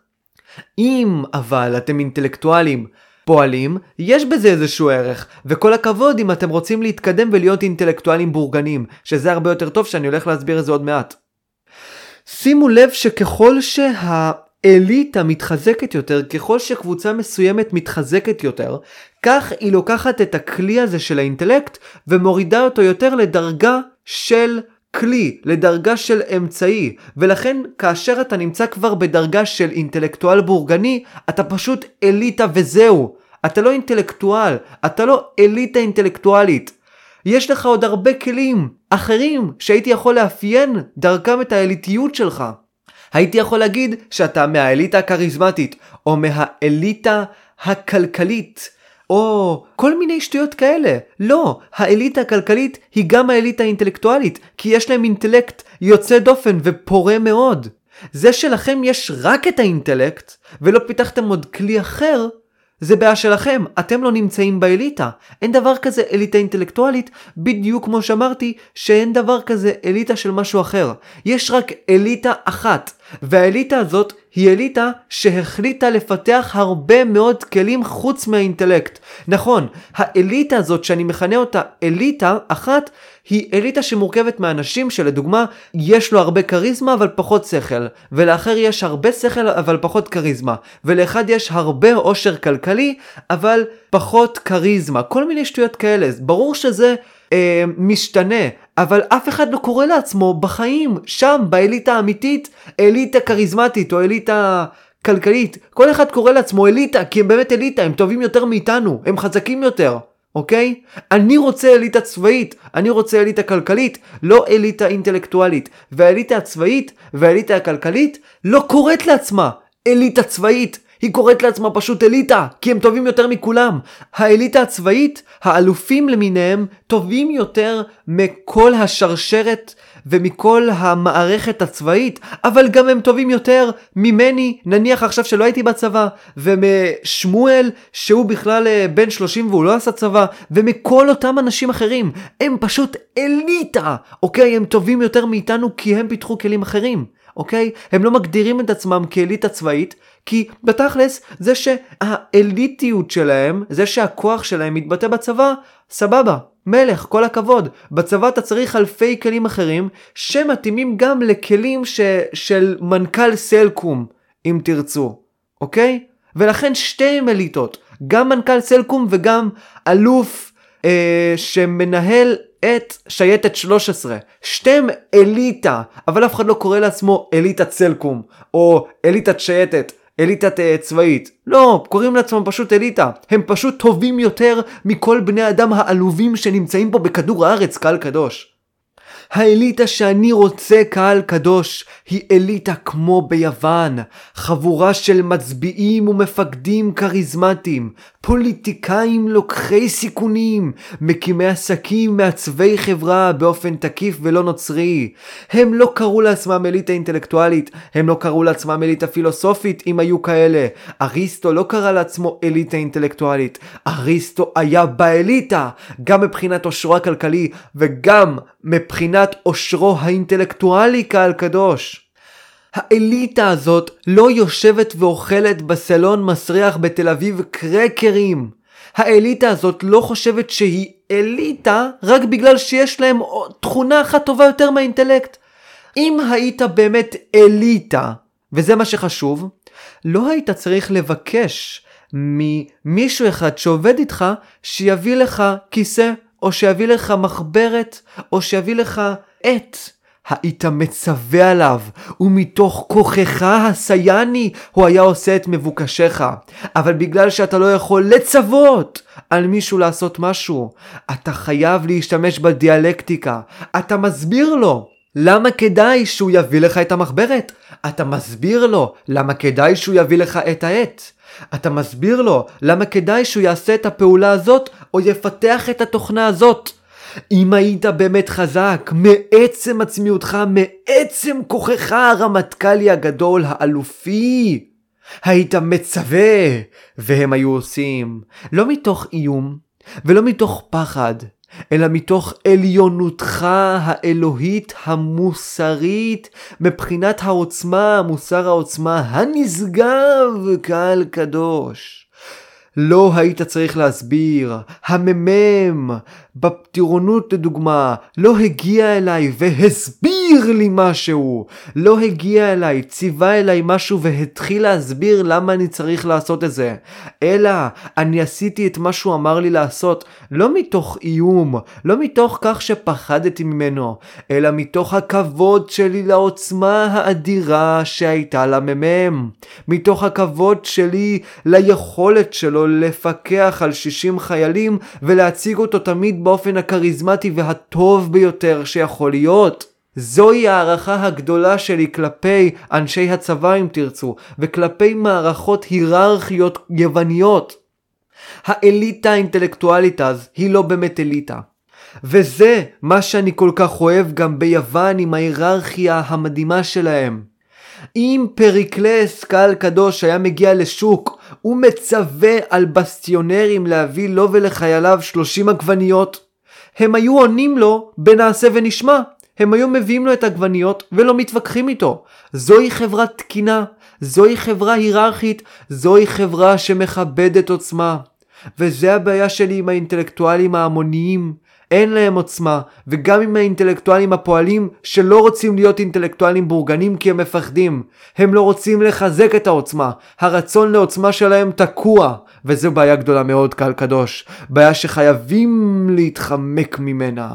[SPEAKER 1] אם אבל אתם אינטלקטואלים פועלים, יש בזה איזשהו ערך, וכל הכבוד אם אתם רוצים להתקדם ולהיות אינטלקטואלים בורגנים, שזה הרבה יותר טוב שאני הולך להסביר את זה עוד מעט. שימו לב שככל שהאליטה מתחזקת יותר, ככל שקבוצה מסוימת מתחזקת יותר, כך היא לוקחת את הכלי הזה של האינטלקט ומורידה אותו יותר לדרגה של כלי, לדרגה של אמצעי, ולכן כאשר אתה נמצא כבר בדרגה של אינטלקטואל בורגני, אתה פשוט אליטה וזהו. אתה לא אינטלקטואל, אתה לא אליטה אינטלקטואלית. יש לך עוד הרבה כלים אחרים שהייתי יכול לאפיין דרכם את האליטיות שלך. הייתי יכול להגיד שאתה מהאליטה הקריזמטית, או מהאליטה הכלכלית, או כל מיני שטויות כאלה. לא, האליטה הכלכלית היא גם האליטה האינטלקטואלית, כי יש להם אינטלקט יוצא דופן ופורה מאוד. זה שלכם יש רק את האינטלקט, ולא פיתחתם עוד כלי אחר, זה בעיה שלכם, אתם לא נמצאים באליטה. אין דבר כזה אליטה אינטלקטואלית, בדיוק כמו שאמרתי, שאין דבר כזה אליטה של משהו אחר. יש רק אליטה אחת, והאליטה הזאת היא אליטה שהחליטה לפתח הרבה מאוד כלים חוץ מהאינטלקט. נכון, האליטה הזאת שאני מכנה אותה אליטה אחת, היא אליטה שמורכבת מאנשים שלדוגמה יש לו הרבה קריזמה אבל פחות שכל, ולאחר יש הרבה שכל אבל פחות קריזמה, ולאחד יש הרבה עושר כלכלי אבל פחות קריזמה, כל מיני שטויות כאלה. ברור שזה אה, משתנה, אבל אף אחד לא קורא לעצמו בחיים שם באליטה האמיתית אליטה קריזמטית או אליטה כלכלית. כל אחד קורא לעצמו אליטה כי הם באמת אליטה, הם טובים יותר מאיתנו, הם חזקים יותר. אוקיי? אני רוצה אליטה צבאית, אני רוצה אליטה כלכלית, לא אליטה אינטלקטואלית. והאליטה הצבאית והאליטה הכלכלית לא קוראת לעצמה אליטה צבאית, היא קוראת לעצמה פשוט אליטה, כי הם טובים יותר מכולם. האליטה הצבאית, האלופים למיניהם, טובים יותר מכל השרשרת ומכל המערכת הצבאית, אבל גם הם טובים יותר ממני, נניח עכשיו שלא הייתי בצבא, ומשמואל שהוא בכלל בן שלושים והוא לא עשה צבא, ומכל אותם אנשים אחרים. הם פשוט אליטה, אוקיי? הם טובים יותר מאיתנו כי הם פיתחו כלים אחרים. אוקיי? הם לא מגדירים את עצמם כאליטה צבאית, כי בתכלס זה שהאליטיות שלהם, זה שהכוח שלהם מתבטא בצבא, סבבה, מלך, כל הכבוד. בצבא אתה צריך אלפי כלים אחרים שמתאימים גם לכלים ש... של מנכ"ל סלקום, אם תרצו, אוקיי? ולכן שתי אליטות, גם מנכ"ל סלקום וגם אלוף אה, שמנהל את שייטת שלוש עשרה. שתיהם אליטה, אבל אף אחד לא קורא לעצמו אליטת סלקום, או אליטת שייטת, אליטת uh, צבאית. לא, קוראים לעצמם פשוט אליטה. הם פשוט טובים יותר מכל בני אדם העלובים שנמצאים פה בכדור הארץ, קהל קדוש. האליטה שאני רוצה, קהל קדוש, היא אליטה כמו ביוון, חבורה של מצביעים ומפקדים קריזמטיים, פוליטיקאים לוקחי סיכונים, מקימי עסקים, מעצבי חברה באופן תקיף ולא נוצרי. הם לא קראו לעצמם אליטה אינטלקטואלית, הם לא קראו לעצמם אליטה פילוסופית אם היו כאלה. אריסטו לא קרא לעצמו אליטה אינטלקטואלית, אריסטו היה באליטה, גם מבחינת עושרו הכלכלי וגם מבחינת עושרו האינטלקטואלי, קהל קדוש. האליטה הזאת לא יושבת ואוכלת בסלון מסריח בתל אביב קרקרים. האליטה הזאת לא חושבת שהיא אליטה רק בגלל שיש להם תכונה אחת טובה יותר מהאינטלקט. אם היית באמת אליטה, וזה מה שחשוב, לא היית צריך לבקש ממישהו אחד שעובד איתך שיביא לך כיסא, או שיביא לך מחברת, או שיביא לך עט. היית מצווה עליו, ומתוך כוחך הסייני הוא היה עושה את מבוקשך. אבל בגלל שאתה לא יכול לצוות על מישהו לעשות משהו, אתה חייב להשתמש בדיאלקטיקה. אתה מסביר לו למה כדאי שהוא יביא לך את המחברת. אתה מסביר לו למה כדאי שהוא יביא לך את העט. אתה מסביר לו למה כדאי שהוא יעשה את הפעולה הזאת או יפתח את התוכנה הזאת. אם היית באמת חזק, מעצם עצמיותך, מעצם כוחך הרמטכ"לי הגדול, האלופי, היית מצווה, והם היו עושים, לא מתוך איום ולא מתוך פחד, אלא מתוך עליונותך האלוהית המוסרית, מבחינת העוצמה, מוסר העוצמה הנשגב, קהל קדוש. לא היית צריך להסביר. הממם בפטירונות לדוגמה לא הגיע אליי והסביר לי משהו. לא הגיע אליי, ציווה אליי משהו והתחיל להסביר למה אני צריך לעשות את זה. אלא אני עשיתי את מה שהוא אמר לי לעשות, לא מתוך איום, לא מתוך כך שפחדתי ממנו, אלא מתוך הכבוד שלי לעוצמה האדירה שהייתה לממם. מתוך הכבוד שלי ליכולת שלו לפקח על שישים חיילים ולהציג אותו תמיד באופן הקריזמטי והטוב ביותר שיכול להיות. זוהי הערכה הגדולה שלי כלפי אנשי הצבא אם תרצו, וכלפי מערכות היררכיות יווניות. האליטה האינטלקטואלית אז היא לא באמת אליטה. וזה מה שאני כל כך אוהב גם ביוון עם ההיררכיה המדהימה שלהם. אם פריקלס קהל קדוש היה מגיע לשוק, הוא מצווה על בסטיונרים להביא לו ולחייליו שלושים עגבניות. הם היו עונים לו בנעשה ונשמע, הם היו מביאים לו את עגבניות ולא מתווכחים איתו. זוהי חברה תקינה, זוהי חברה היררכית, זוהי חברה שמכבדת עוצמה. וזה הבעיה שלי עם האינטלקטואלים ההמוניים. אין להם עוצמה, וגם עם האינטלקטואלים הפועלים שלא רוצים להיות אינטלקטואלים בורגנים כי הם מפחדים. הם לא רוצים לחזק את העוצמה. הרצון לעוצמה שלהם תקוע, וזו בעיה גדולה מאוד, קהל קדוש. בעיה שחייבים להתחמק ממנה.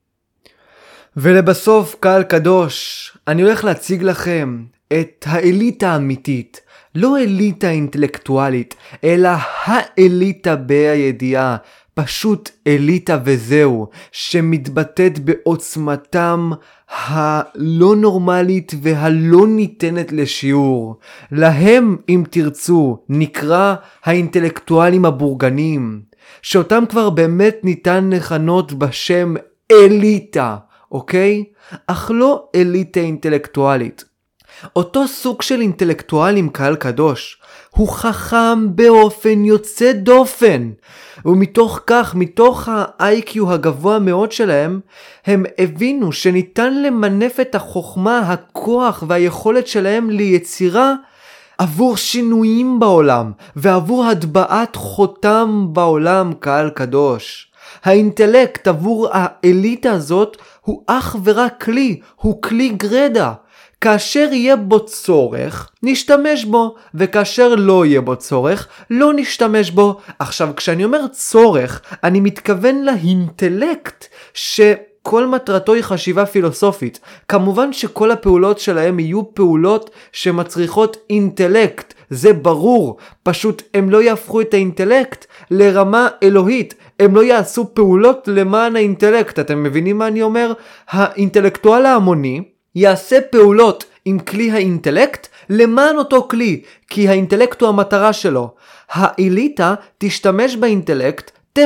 [SPEAKER 1] ולבסוף, קהל קדוש, אני הולך להציג לכם את האליטה האמיתית. לא אליטה אינטלקטואלית, אלא האליטה בידיעה. פשוט אליטה וזהו, שמתבטאת בעוצמתם הלא נורמלית והלא ניתנת לשיעור. להם, אם תרצו, נקרא האינטלקטואלים הבורגנים, שאותם כבר באמת ניתן לכנות בשם אליטה, אוקיי? אך לא אליטה אינטלקטואלית. אותו סוג של אינטלקטואלים, קהל קדוש, הוא חכם באופן יוצא דופן. ומתוך כך, מתוך ה-איי קיו הגבוה מאוד שלהם, הם הבינו שניתן למנף את החוכמה, הכוח והיכולת שלהם ליצירה עבור שינויים בעולם, ועבור הטבעת חותם בעולם, קהל קדוש. האינטלקט עבור האליטה הזאת הוא אך ורק כלי, הוא כלי גרדה. כאשר יהיה בו צורך, נשתמש בו, וכאשר לא יהיה בו צורך, לא נשתמש בו. עכשיו, כשאני אומר צורך, אני מתכוון לאינטלקט שכל מטרתו היא חשיבה פילוסופית. כמובן שכל הפעולות שלהם יהיו פעולות שמצריכות אינטלקט, זה ברור. פשוט הם לא יהפכו את האינטלקט לרמה אלוהית. הם לא יעשו פעולות למען האינטלקט. אתם מבינים מה אני אומר? האינטלקטואל ההמוני יעשה פעולות עם כלי האינטלקט למען אותו כלי, כי האינטלקט הוא המטרה שלו. האליטה תשתמש באינטלקט,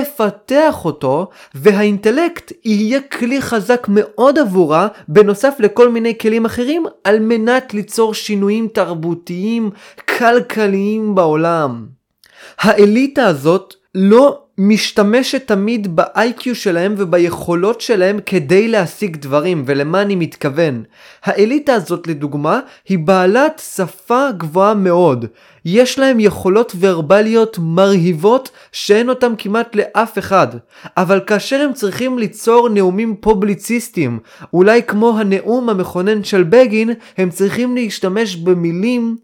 [SPEAKER 1] תפתח אותו, והאינטלקט יהיה כלי חזק מאוד עבורה, בנוסף לכל מיני כלים אחרים, על מנת ליצור שינויים תרבותיים, כלכליים בעולם. האליטה הזאת לא משתמשת תמיד ב-איי קיו שלהם וביכולות שלהם כדי להשיג דברים, ולמה אני מתכוון? האליטה הזאת לדוגמה היא בעלת שפה גבוהה מאוד. יש להם יכולות ורבליות מרהיבות שאין אותם כמעט לאף אחד. אבל כאשר הם צריכים ליצור נאומים פובליציסטיים, אולי כמו הנאום המכונן של בגין, הם צריכים להשתמש במילים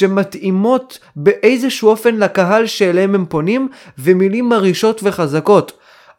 [SPEAKER 1] שמתאימות באיזשהו אופן לקהל שאליהם הם פונים, ומילים מרישות וחזקות.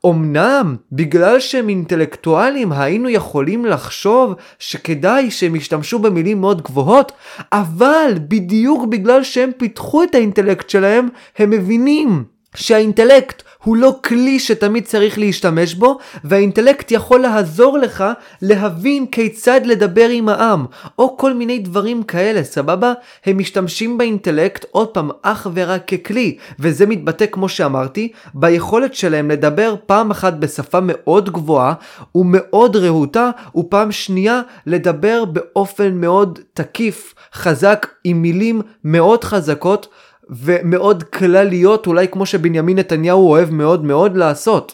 [SPEAKER 1] אמנם, בגלל שהם אינטלקטואלים, היינו יכולים לחשוב שכדאי שהם ישתמשו במילים מאוד גבוהות, אבל בדיוק בגלל שהם פיתחו את האינטלקט שלהם, הם מבינים שהאינטלקט הוא לא כלי שתמיד צריך להשתמש בו, והאינטלקט יכול לעזור לך להבין כיצד לדבר עם העם, או כל מיני דברים כאלה, סבבה? הם משתמשים באינטלקט עוד פעם אך ורק ככלי, וזה מתבטא כמו שאמרתי, ביכולת שלהם לדבר פעם אחת בשפה מאוד גבוהה, ומאוד רהוטה, ופעם שנייה לדבר באופן מאוד תקיף, חזק, עם מילים מאוד חזקות, ומאוד כלליות, אולי כמו שבנימין נתניהו אוהב מאוד מאוד לעשות.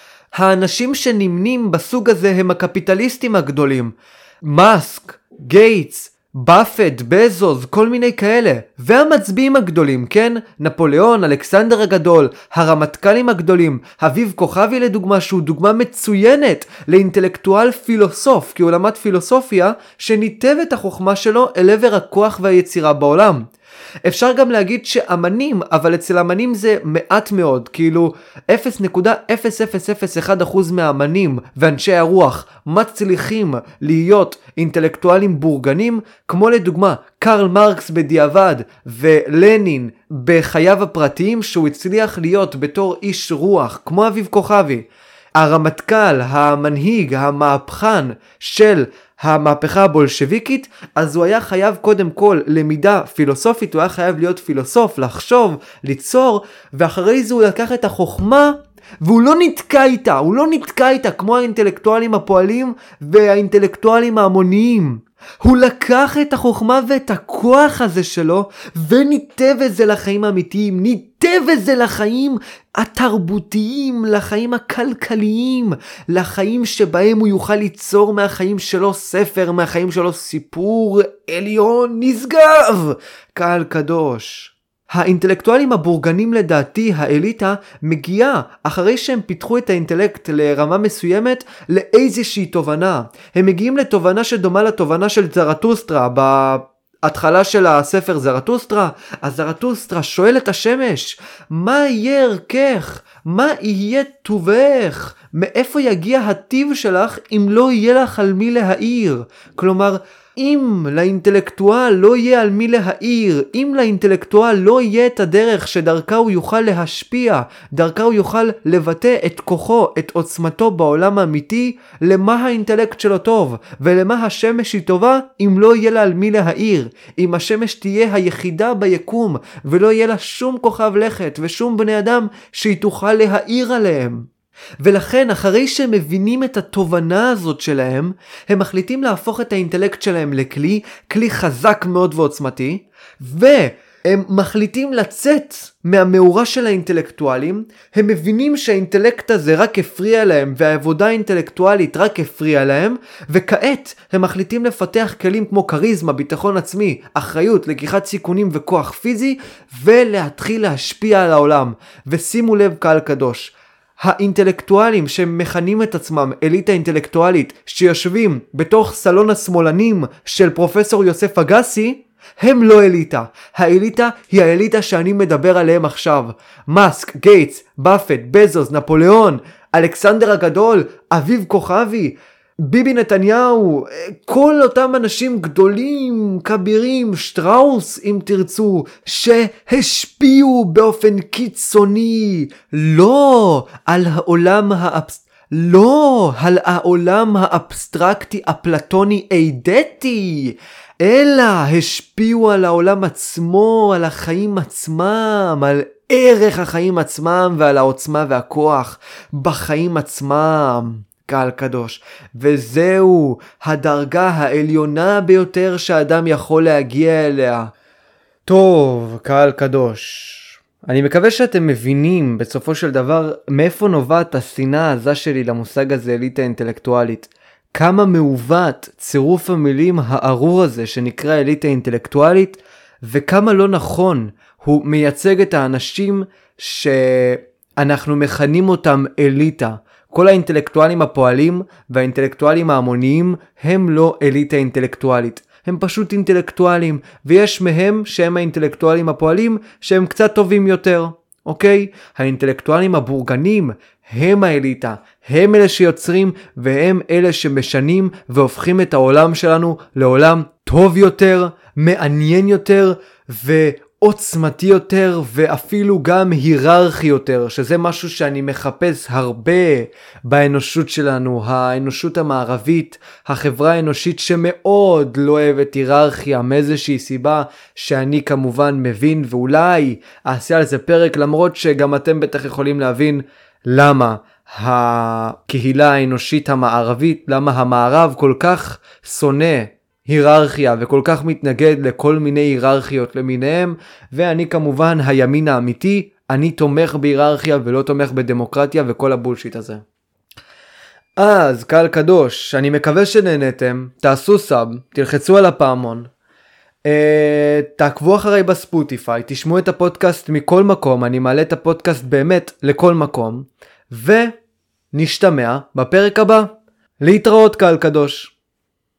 [SPEAKER 1] האנשים שנמנים בסוג הזה הם הקפיטליסטים הגדולים. מאסק, גייטס, באפט, בזוז, כל מיני כאלה. והמצביעים הגדולים, כן? נפוליאון, אלכסנדר הגדול, הרמטכ"לים הגדולים, אביב כוכבי לדוגמה, שהוא דוגמה מצוינת לאינטלקטואל פילוסוף, כי הוא למד פילוסופיה שניתב את החוכמה שלו אל עבר הכוח והיצירה בעולם. אפשר גם להגיד שאמנים, אבל אצל אמנים זה מעט מאוד, כאילו אפס נקודה אפס אפס אפס אחת אחוז מהאמנים ואנשי הרוח מצליחים להיות אינטלקטואלים בורגנים, כמו לדוגמה קרל מרקס בדיעבד ולנין בחייו הפרטיים, שהוא הצליח להיות בתור איש רוח, כמו אביב כוכבי. הרמטכ"ל, המנהיג, המהפכן של המהפכה הבולשביקית, אז הוא היה חייב קודם כל למידה פילוסופית, הוא היה חייב להיות פילוסוף, לחשוב, ליצור, ואחרי זה הוא לקח את החוכמה, והוא לא נתקע איתה, הוא לא נתקע איתה כמו האינטלקטואלים הפועלים והאינטלקטואלים ההמוניים. הוא לקח את החוכמה ואת הכוח הזה שלו וניתב את זה לחיים האמיתיים, ניתב את זה לחיים התרבותיים, לחיים הכלכליים, לחיים שבהם הוא יוכל ליצור מהחיים שלו ספר, מהחיים שלו סיפור עליון נשגב, קהל קדוש. האינטלקטואלים הבורגנים לדעתי, האליטה, מגיעה אחרי שהם פיתחו את האינטלקט לרמה מסוימת לאיזושהי תובנה. הם מגיעים לתובנה שדומה לתובנה של זרטוסטרה. בהתחלה של הספר זרטוסטרה, אז זרטוסטרה שואל את השמש, מה יהיה ערכך? מה יהיה טובך? מאיפה יגיע הטיב שלך אם לא יהיה לך על מי להעיר? כלומר, אם לאינטלקטואל לא יהיה על מי להעיר, אם לאינטלקטואל לא יהיה את הדרך שדרכה הוא יוכל להשפיע, דרכה הוא יוכל לבטא את כוחו, את עוצמתו בעולם האמיתי, למה האינטלקט שלו טוב, ולמה השמש היא טובה אם לא יהיה לה על מי להעיר, אם השמש תהיה היחידה ביקום, ולא יהיה לה שום כוכב לכת ושום בני אדם שהיא תוכל להעיר עליהם. ולכן אחרי שהם מבינים את התובנה הזאת שלהם, הם מחליטים להפוך את האינטלקט שלהם לכלי, כלי חזק מאוד ועוצמתי, והם מחליטים לצאת מהמאורה של האינטלקטואלים. הם מבינים שהאינטלקט הזה רק הפריע להם, והעבודה האינטלקטואלית רק הפריע להם, וכעת הם מחליטים לפתח כלים כמו קריזמה, ביטחון עצמי, אחריות, לקיחת סיכונים וכוח פיזי, ולהתחיל להשפיע על העולם. ושימו לב קהל קדוש, האינטלקטואלים שמכנים את עצמם אליטה אינטלקטואלית, שיושבים בתוך סלון השמאלנים של פרופסור יוסף אגסי, הם לא אליטה. האליטה היא האליטה שאני מדבר עליהם עכשיו. מאסק, גייטס, באפט, בזוס, נפוליאון, אלכסנדר הגדול, אביב כוכבי, ביבי נתניהו, כל אותם אנשים גדולים, כבירים, שטראוס אם תרצו, שהשפיעו באופן קיצוני, לא על העולם האבס... לא על העולם האבסטרקטי אפלטוני אידטי, אלא השפיעו על העולם עצמו, על החיים עצמם, על ערך החיים עצמם ועל העוצמה והכוח בחיים עצמם. קהל קדוש, וזהו הדרגה העליונה ביותר שאדם יכול להגיע אליה. טוב, קהל קדוש, אני מקווה שאתם מבינים בסופו של דבר מאיפה נובעת השנאה העזה שלי למושג הזה אליטה אינטלקטואלית. כמה מעוות צירוף המילים הארור הזה שנקרא אליטה אינטלקטואלית, וכמה לא נכון הוא מייצג את האנשים שאנחנו מכנים אותם אליטה. כל האינטלקטואלים הפועלים והאינטלקטואלים ההמוניים הם לא אליטה אינטלקטואלית. הם פשוט אינטלקטואלים, ויש מהם שהם האינטלקטואלים הפועלים שהם קצת טובים יותר. אוקיי? האינטלקטואלים הבורגנים הם האליטה. הם אלה שיוצרים והם אלה שמשנים והופכים את העולם שלנו לעולם טוב יותר, מעניין יותר ו... עוצמתי יותר ואפילו גם היררכי יותר, שזה משהו שאני מחפש הרבה באנושות שלנו, האנושות המערבית, החברה האנושית שמאוד לא אוהבת היררכיה מאיזושהי סיבה שאני כמובן מבין, ואולי אעשה על זה פרק, למרות שגם אתם בטח יכולים להבין למה הקהילה האנושית המערבית, למה המערב כל כך שונא היררכיה וכל כך מתנגד לכל מיני היררכיות למיניהם, ואני כמובן הימין האמיתי, אני תומך בהיררכיה ולא תומך בדמוקרטיה וכל הבולשיט הזה. אז קהל קדוש, אני מקווה שנהנתם, תעשו סאב, תלחצו על הפעמון, אה, תעקבו אחריי בספוטיפיי, תשמעו את הפודקאסט מכל מקום, אני מעלה את הפודקאסט באמת לכל מקום, ונשתמע בפרק הבא. להתראות קהל קדוש.